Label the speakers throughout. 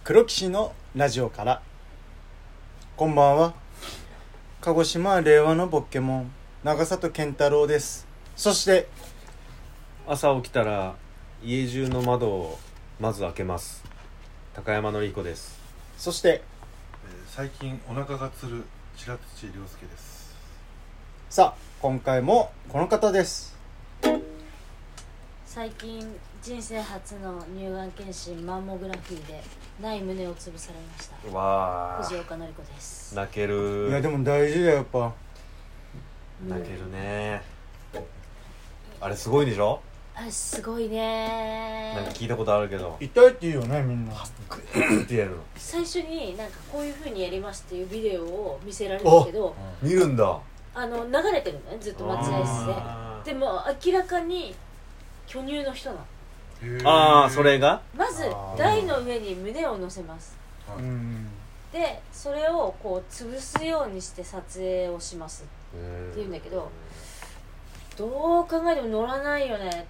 Speaker 1: 黒騎士のラジオから。こんばんは。鹿児島令和のボッケモン長里健太郎です。そして
Speaker 2: 朝起きたら家中の窓をまず開けます。高山のりこです。
Speaker 1: そして
Speaker 3: 最近お腹がつる白土亮介です。
Speaker 1: さあ今回もこの方です。
Speaker 4: 最近人生初の乳がん検診マンモグラフィーでない胸を潰されました。
Speaker 2: わ
Speaker 4: 藤岡典子です。
Speaker 2: 泣ける。
Speaker 1: いやでも大事だよやっぱ。
Speaker 2: 泣けるね。あれすごいでしょ。
Speaker 4: あれすごいね。
Speaker 2: なんか聞いたことあるけど
Speaker 1: 痛いって言うよねみんな。
Speaker 2: ってやるの
Speaker 4: 最初になんかこういう風にやりますっていうビデオを見せられるんですけど、
Speaker 2: 見るんだ。
Speaker 4: 流れてるのね、ずっと待合室で。でも明らかに巨乳の人なの。
Speaker 2: ああ、それが
Speaker 4: まず台の上に胸を乗せます。でそれをこう潰すようにして撮影をしますって言うんだけど、どう考えても乗らないよねっていう、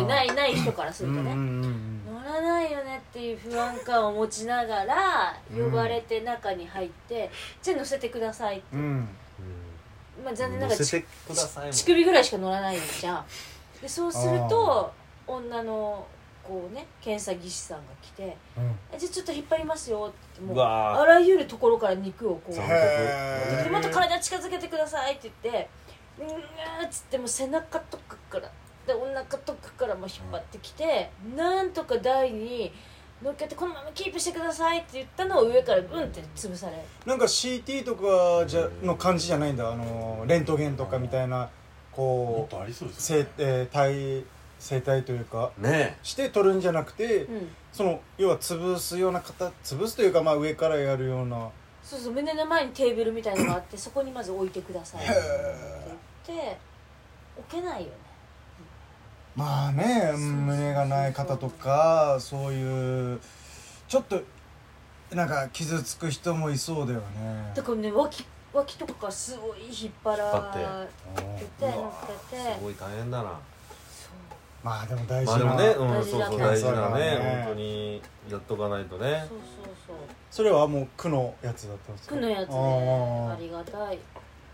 Speaker 4: ない人からするとね、乗らないよねっていう不安感を持ちながら呼ばれて中に入って、じゃあ乗せてくださいって、まあ残念ながら乳首ぐらいしか乗らないじゃん。でそうすると女のこうね検査技師さんが来て、じゃあちょっと引っ張りますよってもうあらゆるところから肉をこうでもっと体近づけてくださいって言って、っつっても背中とかからでお腹とかからも引っ張ってきて、なんとか台に乗っけてこのままキープしてくださいって言ったのを上からブンって潰される。
Speaker 1: なんか CT とかの感じじゃないんだ。レントゲンとかみたいなこう
Speaker 3: もっとありそうですよね。生体というか
Speaker 2: ね
Speaker 1: して取るんじゃなくて、その要は潰すような潰すというか、まあ上からやるような。
Speaker 4: そうそう、胸の前にテーブルみたいなのがあってそこにまず置いてくださいって言って置けないよね。
Speaker 1: まあね、胸がない方とかそういうちょっとなんか傷つく人もいそうだよね。
Speaker 4: だからね、脇とかからすごい引っ張られて乗ってて、
Speaker 2: すごい大変だな。
Speaker 1: まあでも大事な、
Speaker 2: まあでもね、そうそう大事な
Speaker 1: 検査
Speaker 2: ね、
Speaker 1: がね
Speaker 2: 本当にやっとかないとね。
Speaker 4: そう
Speaker 1: それはもう区のやつだったんですか。
Speaker 4: 区のやつでありがたい。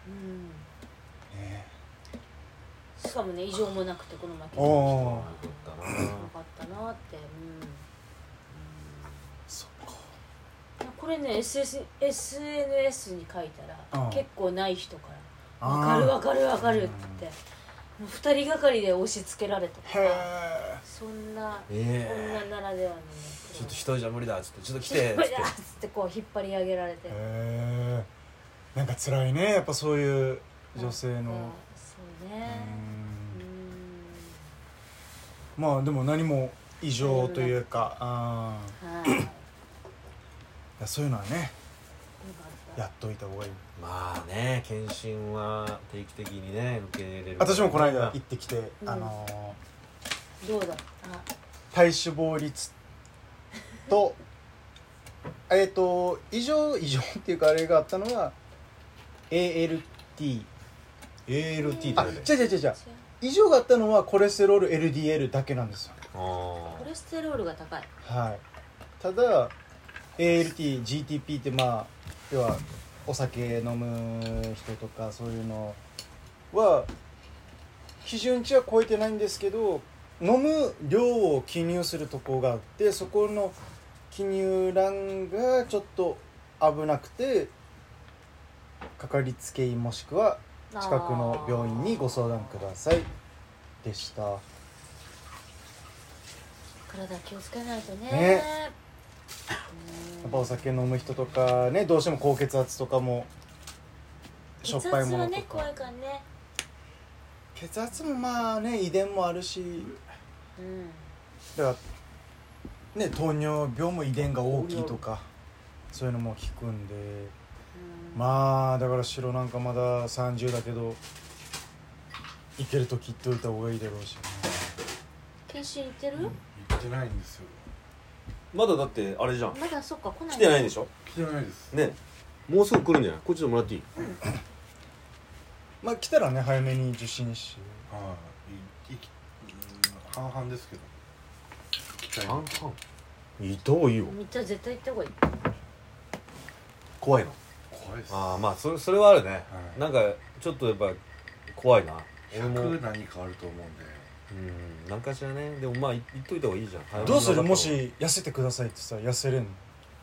Speaker 4: しかもね異常もなくてこの巻きよかったなって。
Speaker 1: そっか。
Speaker 4: これね SNS に書いたら結構ない人から分かるってもう2人がかりで押し付けられたとか、そんな女ならではのね、
Speaker 2: ちょっと一人じゃ無理だっつってちょっと来てっつ
Speaker 4: ってこう引っ張り上げられて、
Speaker 1: なんか辛いねやっぱそういう女性の。
Speaker 4: そうね。
Speaker 1: まあでも何も異常というか、そういうのはねやっといた方がいい。
Speaker 2: まあね、検診は定期的にね受け入れる。
Speaker 1: 私もこの間行ってきて、
Speaker 4: どうだ
Speaker 1: 体脂肪率と異常っていうかあれがあったのは ALT
Speaker 2: って
Speaker 1: 違う異常があったのはコレステロール LDL だけなんですよ。
Speaker 4: コレステロールが高い。
Speaker 1: はい。ただ ALT、GTP ってまあ要はお酒飲む人とかそういうのは基準値は超えてないんですけど、飲む量を記入するところがあって、そこの記入欄がちょっと危なくてかかりつけ医もしくは近くの病院にご相談くださいでした。
Speaker 4: 体気をつけないとね。
Speaker 1: やっぱお酒飲む人とかね、どうしても高血圧とかもしょっぱいものとか、
Speaker 4: 血圧はね怖いからね。
Speaker 1: 血圧もまあね遺伝もあるし、だからね糖尿病も遺伝が大きいとかそういうのも聞くんで、まあだから白なんかまだ30だけどいけると切っておいた方がいいだろうしね。
Speaker 4: 検診行ってる？
Speaker 3: 行ってないんですよ。
Speaker 2: まだだってあれじゃん。
Speaker 4: まだそっか来ない。
Speaker 2: 来てないでしょ。
Speaker 3: 来てないです
Speaker 2: ね。もうすぐ来るんじゃない？こっちでもらっていい？
Speaker 1: まあ来たらね早めに受診し。
Speaker 3: 半々ですけど。
Speaker 2: 半々。 行った方がいいよ。
Speaker 4: 見たら絶対行った方がいい。
Speaker 2: 怖いの？
Speaker 3: 怖いです。
Speaker 2: ああ、まあそれはあるね、
Speaker 3: はい、
Speaker 2: なんかちょっとやっぱ怖いな。
Speaker 3: 100何かあると思うんで。
Speaker 2: なんかしらね。でもまあ言っといた方がいいじゃん。
Speaker 1: どうする？もし痩せてくださいってさ、痩せれんの？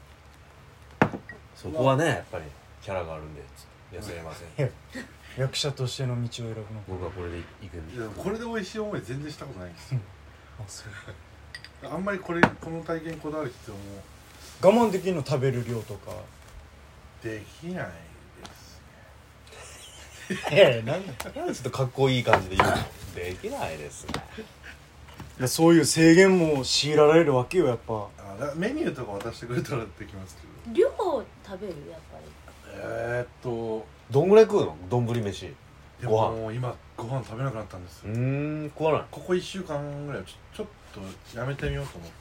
Speaker 2: そこはね、やっぱりキャラがあるんで痩せれません。
Speaker 1: 役者としての道を選ぶの。
Speaker 2: 僕はこれで行くんで。
Speaker 3: いやこれで美味しい思い全然したことないんですよ。
Speaker 1: あ、そう。
Speaker 3: あんまりこの体験こだわる必要も
Speaker 1: 我慢できるの？食べる量とか
Speaker 3: できないです
Speaker 1: なんで
Speaker 2: ちょっとかっこいい感じで言うのできないですね。
Speaker 1: そういう制限も強いられるわけよ、やっぱ。
Speaker 3: メニューとか渡してくれたらできますけど。
Speaker 4: 量食べるやっぱり。
Speaker 2: どんぐらい食うの？丼飯。
Speaker 3: でももう今ご飯食べなくなったんですよ。
Speaker 2: 食わない。
Speaker 3: ここ1週間ぐらいちょっとやめてみようと思って。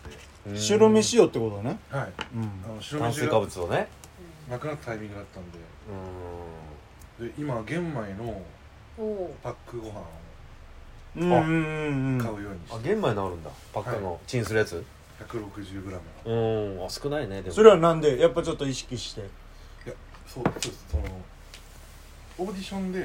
Speaker 1: 白飯よってことね。
Speaker 3: はい、白
Speaker 2: 炭水化
Speaker 3: 飯が
Speaker 2: 物をね
Speaker 3: なくなったタイミングだったんで、で今玄米のパックご飯を買うようにして。
Speaker 2: 玄米治るんだ。パックのチンするやつ
Speaker 3: 160g。
Speaker 2: 少ないね。でも
Speaker 1: それはなんで？やっぱちょっと意識して。
Speaker 3: いや、そうですオーディションで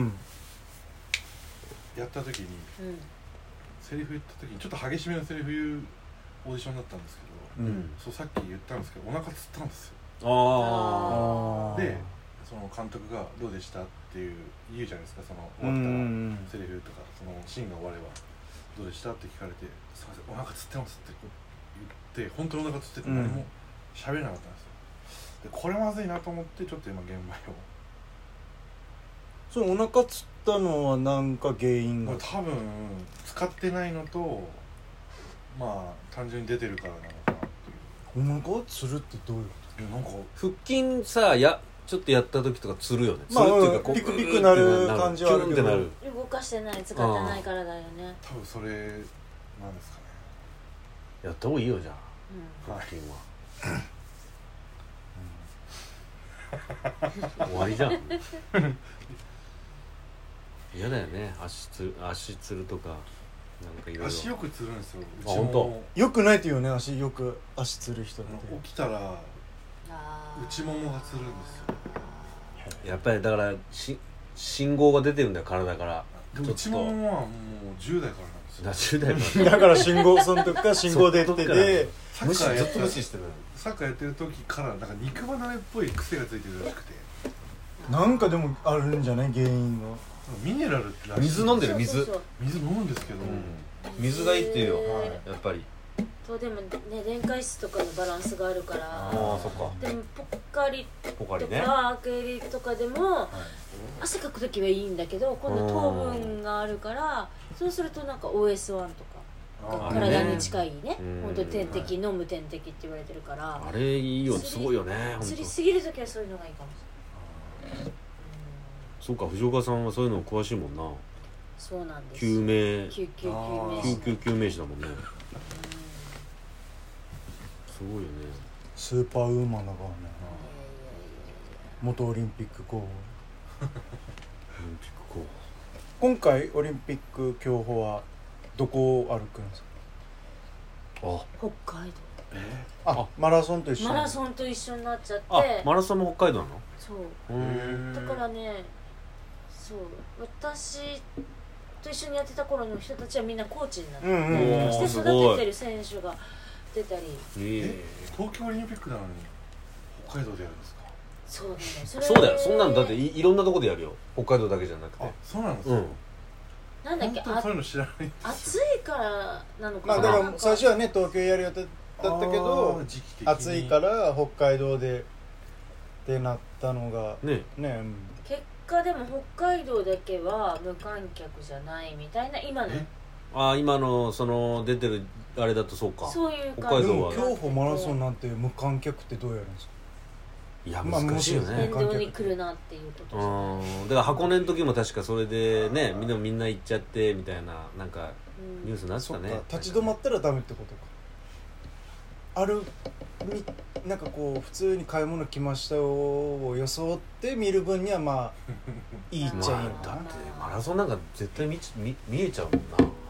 Speaker 3: やった時に、セリフ言った時にちょっと激しめのセリフ言うオーディションだったんですけど、そうさっき言ったんですけどお腹つったんですよ。でその監督がどうでしたって言うじゃないですか。その終わったらセリフとかそのシーンが終わればどうでしたって聞かれて、すいませんお腹つってますって言って本当にお腹つってて何も喋れなかったんですよ。でこれまずいなと思ってちょっと今玄米を。
Speaker 1: そのお腹つったのは何か原因が？
Speaker 3: 多分使ってないのとまあ単純に出てるからなのかなっていう。
Speaker 1: お腹つるってどういうこと？
Speaker 3: なんか
Speaker 2: 腹筋さちょっとやった時とかつるよね。
Speaker 1: まあ
Speaker 2: つるっていうか
Speaker 1: ピクピクなる感じはあるけど、
Speaker 2: キュンってなる。
Speaker 4: 動かしてない、使ってないからだよね。
Speaker 3: 多分それなんですかね。
Speaker 2: やった方がいいよじゃあ、腹筋は。終わりじゃん。嫌だよね。足つるとかなんかいろいろ。
Speaker 3: 足よくつるんですよ。
Speaker 2: あ、本当。
Speaker 1: よくないっていうね。足つる人って
Speaker 3: 起きたら内ももがつるんですよ。
Speaker 2: やっぱりだから信号が出てるんだよ体から。
Speaker 3: 内ももはもう10代からなんですよ。
Speaker 2: 10代から
Speaker 1: だから信号その時から信号出てて
Speaker 2: ずっと無視してる。
Speaker 3: サッカーやってる時からなんか肉離れっぽい癖がついてるらしくて。
Speaker 1: なんかでもあるんじゃない？原因が。
Speaker 3: ミネラルってらしい。
Speaker 2: 水飲んでる。水
Speaker 3: 飲むんですけど、
Speaker 2: 水がいいっていうよ、やっぱり。
Speaker 4: そうでもね、電解質とかのバランスがあるから。
Speaker 2: ああ、そっか。
Speaker 4: でもポッカリとか
Speaker 2: ね、
Speaker 4: アクエリとかでも汗かく時はいいんだけど、今度糖分があるからそうするとなんか OS1 とかが体に近いね、本当に点滴、飲む点滴って言われてるから。
Speaker 2: あれいいよ、すごいよね。
Speaker 4: 釣りすぎる時はそういうのがいいかもしれない。
Speaker 2: そうか、藤岡さんはそういうの詳しいもんな。
Speaker 4: そうなんです。
Speaker 2: 救急救命士だもんね。すごいよね。
Speaker 1: スーパーウーマンだからね。元オリンピック候補。今回オリンピック競歩はどこを歩くんですか？
Speaker 4: 北海
Speaker 1: 道。マラソンと一緒。
Speaker 4: マラソンと一緒になっちゃって。
Speaker 2: マラソンも北海道なの？
Speaker 4: そう。だからね、そう私と一緒にやってた頃の人たちはみんなコーチになって、して育ててる選手が出たり。
Speaker 3: 東京オリンピックなのに北海道でやるんですか？
Speaker 4: そうだね。
Speaker 2: そうだよ。そんなのだっていろんなとこでやるよ。北海道だけじゃなくて。
Speaker 3: そうなんですよ。
Speaker 4: なんだっけ、
Speaker 3: そういうの知らない。
Speaker 4: 暑いからなのかな。
Speaker 1: まあだから最初はね東京やる予定だったけど、暑いから北海道でってなったのが
Speaker 2: ね。
Speaker 4: 結果でも北海道だけは無観客じゃないみたいな今の。
Speaker 2: 今のその出てるあれだとそうか。
Speaker 4: そういう
Speaker 1: 北海道は競歩マラソンなんて無観客ってどうやるんですか？
Speaker 2: いや難しいよね。
Speaker 4: 沿道に来るなっていうことじゃない。
Speaker 2: だから箱根の時も確かそれでね、みんな行っちゃってみたいななんかニュースになってたね。
Speaker 1: 立ち止まったらダメってことか。なんかこう普通に買い物来ましたよを装って見る分にはまあいいっちゃいいのかな。
Speaker 2: だってマラソンなんか絶対見えちゃうもんな。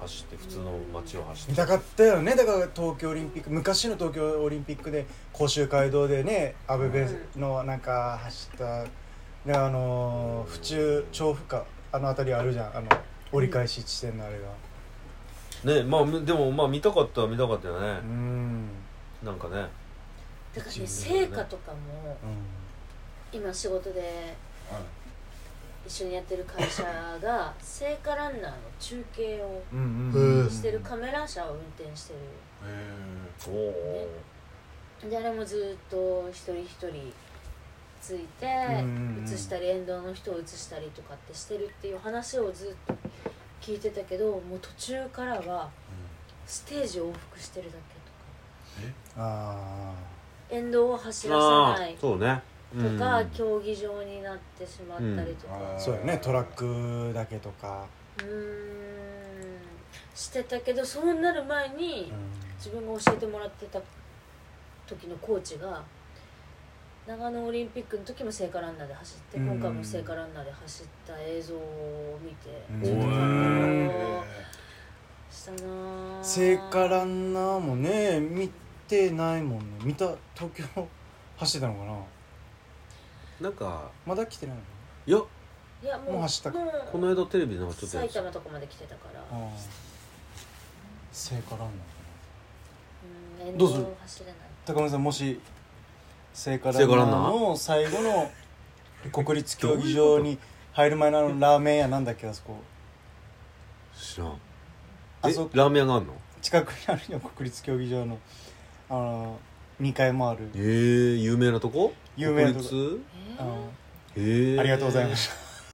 Speaker 2: 走って普通の街を走って
Speaker 1: 見たかったよね。だから東京オリンピック、昔の東京オリンピックで甲州街道でね、アベベのなんか走ったで、府中調布かあの辺りあるじゃん、折り返し地点のあれが
Speaker 2: ね。まあでもまあ見たかったよね。なんかね。
Speaker 4: だからね、聖火とかも、今仕事で一緒にやってる会社が聖火ランナーの中継をしてるカメラ車を運転してる、ね、であれもずっと一人一人ついて映したり、沿道の人を映したりとかってしてるっていう話をずっと聞いてたけど、もう途中からはステージを往復してるだけとか、沿道を走らせない
Speaker 2: そうね
Speaker 4: とか、競技場になってしまったりとか、
Speaker 1: そうやね、トラックだけとか
Speaker 4: してたけど、そうなる前に自分が教えてもらってた時のコーチが長野オリンピックの時も聖火ランナーで走って、今回も聖火ランナーで走った映像を見てちょっと感動したな。
Speaker 1: 聖火ランナーもね見てないもんね。見た、東京走ってたのかな。
Speaker 2: なんか
Speaker 1: まだ来てないの？
Speaker 4: いやもう
Speaker 1: 走ったか。
Speaker 2: この間テレビでなんかちょっと
Speaker 4: 埼玉とかまで来てたから。
Speaker 1: 聖火ランナーかな。
Speaker 4: どうする？走れない。
Speaker 1: 高村さん、もし聖火ランナーの最後の国立競技場に入る前のラーメン屋なんだっけ、あそこ。
Speaker 2: 知らん。
Speaker 1: あそこ
Speaker 2: ラーメン屋があるの？近
Speaker 1: くにあるよ、国立競技場の2階もある。
Speaker 2: 有名なとこ？
Speaker 1: 有名なとこ。ありがとうございました。